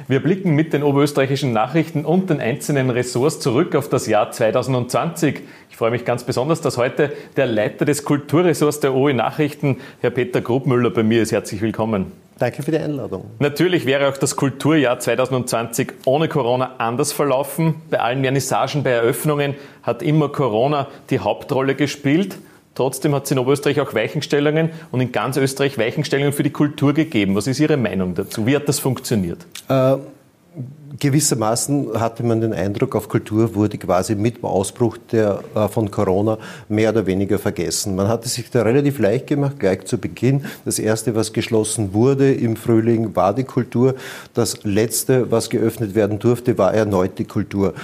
Wir blicken mit den oberösterreichischen Nachrichten und den einzelnen Ressorts zurück auf das Jahr 2020. Ich freue mich ganz besonders, dass heute der Leiter des Kulturressorts der OE Nachrichten, Herr Peter Grubmüller, bei mir ist. Herzlich willkommen. Danke für die Einladung. Natürlich wäre auch das Kulturjahr 2020 ohne Corona anders verlaufen. Bei allen Vernissagen, bei Eröffnungen hat immer Corona die Hauptrolle gespielt. Trotzdem hat es in Oberösterreich auch Weichenstellungen und in ganz Österreich Weichenstellungen für die Kultur gegeben. Was ist Ihre Meinung dazu? Wie hat das funktioniert? Gewissermaßen hatte man den Eindruck, auf Kultur wurde quasi mit dem Ausbruch von Corona mehr oder weniger vergessen. Man hatte sich da relativ leicht gemacht, gleich zu Beginn. Das Erste, was geschlossen wurde im Frühling, war die Kultur. Das Letzte, was geöffnet werden durfte, war erneut die Kultur.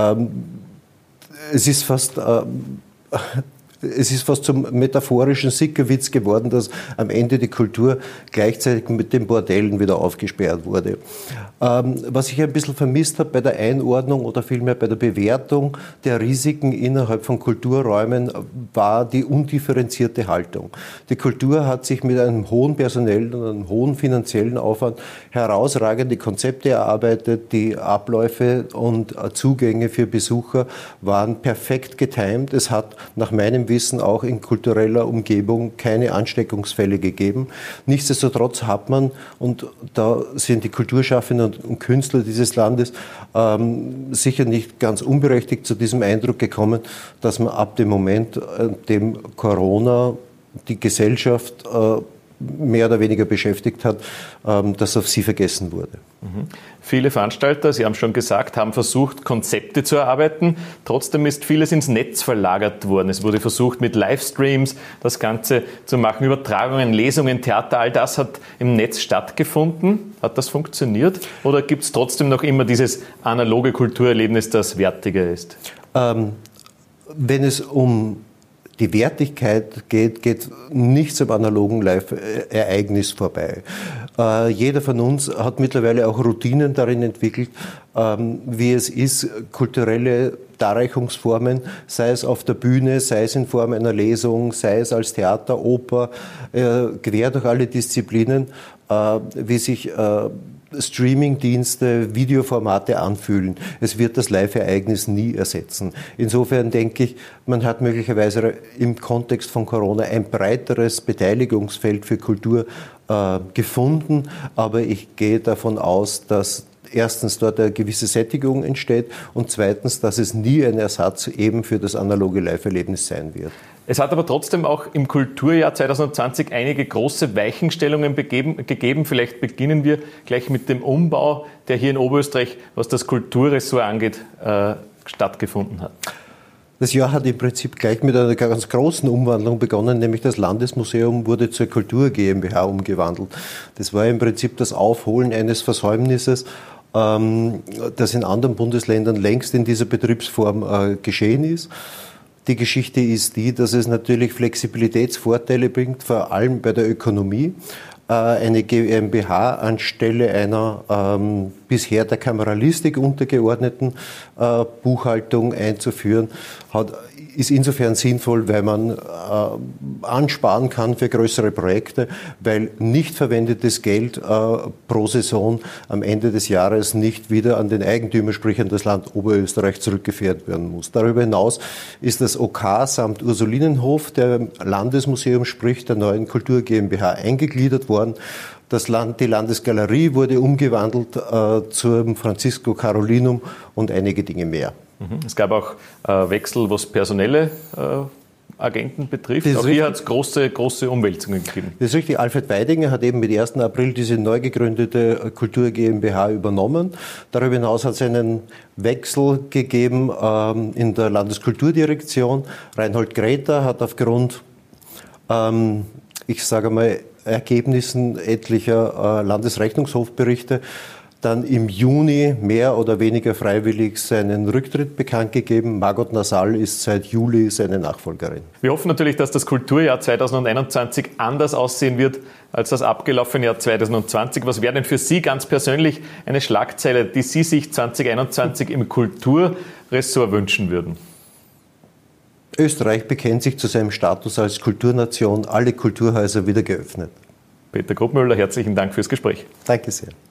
Es ist fast zum metaphorischen Sickerwitz geworden, dass am Ende die Kultur gleichzeitig mit den Bordellen wieder aufgesperrt wurde. Was ich ein bisschen vermisst habe bei der Einordnung oder vielmehr bei der Bewertung der Risiken innerhalb von Kulturräumen, war die undifferenzierte Haltung. Die Kultur hat sich mit einem hohen personellen und einem hohen finanziellen Aufwand herausragende Konzepte erarbeitet. Die Abläufe und Zugänge für Besucher waren perfekt getimt. Es hat nach meinem Wissen auch in kultureller Umgebung keine Ansteckungsfälle gegeben. Nichtsdestotrotz hat man, und da sind die Kulturschaffenden und Künstler dieses Landes sicher nicht ganz unberechtigt zu diesem Eindruck gekommen, dass man ab dem Moment, in dem Corona die Gesellschaft mehr oder weniger beschäftigt hat, dass auf sie vergessen wurde. Viele Veranstalter, Sie haben schon gesagt, haben versucht, Konzepte zu erarbeiten. Trotzdem ist vieles ins Netz verlagert worden. Es wurde versucht, mit Livestreams das Ganze zu machen, Übertragungen, Lesungen, Theater, all das hat im Netz stattgefunden. Hat das funktioniert? Oder gibt es trotzdem noch immer dieses analoge Kulturerlebnis, das wertiger ist? Wenn es um die Wertigkeit geht nichts am analogen Live-Ereignis vorbei. Jeder von uns hat mittlerweile auch Routinen darin entwickelt, wie es ist, kulturelle Darreichungsformen, sei es auf der Bühne, sei es in Form einer Lesung, sei es als Theater, Oper, quer durch alle Disziplinen, wie sich Streaming-Dienste, Videoformate anfühlen. Es wird das Live-Ereignis nie ersetzen. Insofern denke ich, man hat möglicherweise im Kontext von Corona ein breiteres Beteiligungsfeld für Kultur gefunden, aber ich gehe davon aus, dass erstens dort eine gewisse Sättigung entsteht und zweitens, dass es nie ein Ersatz eben für das analoge Live-Erlebnis sein wird. Es hat aber trotzdem auch im Kulturjahr 2020 einige große Weichenstellungen gegeben. Vielleicht beginnen wir gleich mit dem Umbau, der hier in Oberösterreich, was das Kulturressort angeht, stattgefunden hat. Das Jahr hat im Prinzip gleich mit einer ganz großen Umwandlung begonnen, nämlich das Landesmuseum wurde zur Kultur GmbH umgewandelt. Das war im Prinzip das Aufholen eines Versäumnisses, das in anderen Bundesländern längst in dieser Betriebsform geschehen ist. Die Geschichte ist die, dass es natürlich Flexibilitätsvorteile bringt, vor allem bei der Ökonomie. Eine GmbH anstelle einer bisher der Kameralistik untergeordneten Buchhaltung einzuführen, ist insofern sinnvoll, weil man ansparen kann für größere Projekte, weil nicht verwendetes Geld pro Saison am Ende des Jahres nicht wieder an den Eigentümer, sprich an das Land Oberösterreich, zurückgeführt werden muss. Darüber hinaus ist das OK samt Ursulinenhof der Landesmuseum, sprich der neuen Kultur GmbH, eingegliedert worden. Die Landesgalerie wurde umgewandelt zum Francisco Carolinum und einige Dinge mehr. Es gab auch Wechsel, was personelle Agenten betrifft. Auch hier hat es große Umwälzungen gegeben. Das ist richtig. Alfred Weidinger hat eben mit 1. April diese neu gegründete Kultur GmbH übernommen. Darüber hinaus hat es einen Wechsel gegeben in der Landeskulturdirektion. Reinhold Greta hat aufgrund, ich sage mal, Ergebnissen etlicher Landesrechnungshofberichte dann im Juni mehr oder weniger freiwillig seinen Rücktritt bekannt gegeben. Margot Nasal ist seit Juli seine Nachfolgerin. Wir hoffen natürlich, dass das Kulturjahr 2021 anders aussehen wird als das abgelaufene Jahr 2020. Was wäre denn für Sie ganz persönlich eine Schlagzeile, die Sie sich 2021 im Kulturressort wünschen würden? Österreich bekennt sich zu seinem Status als Kulturnation, alle Kulturhäuser wieder geöffnet. Peter Grubmüller, herzlichen Dank fürs Gespräch. Danke sehr.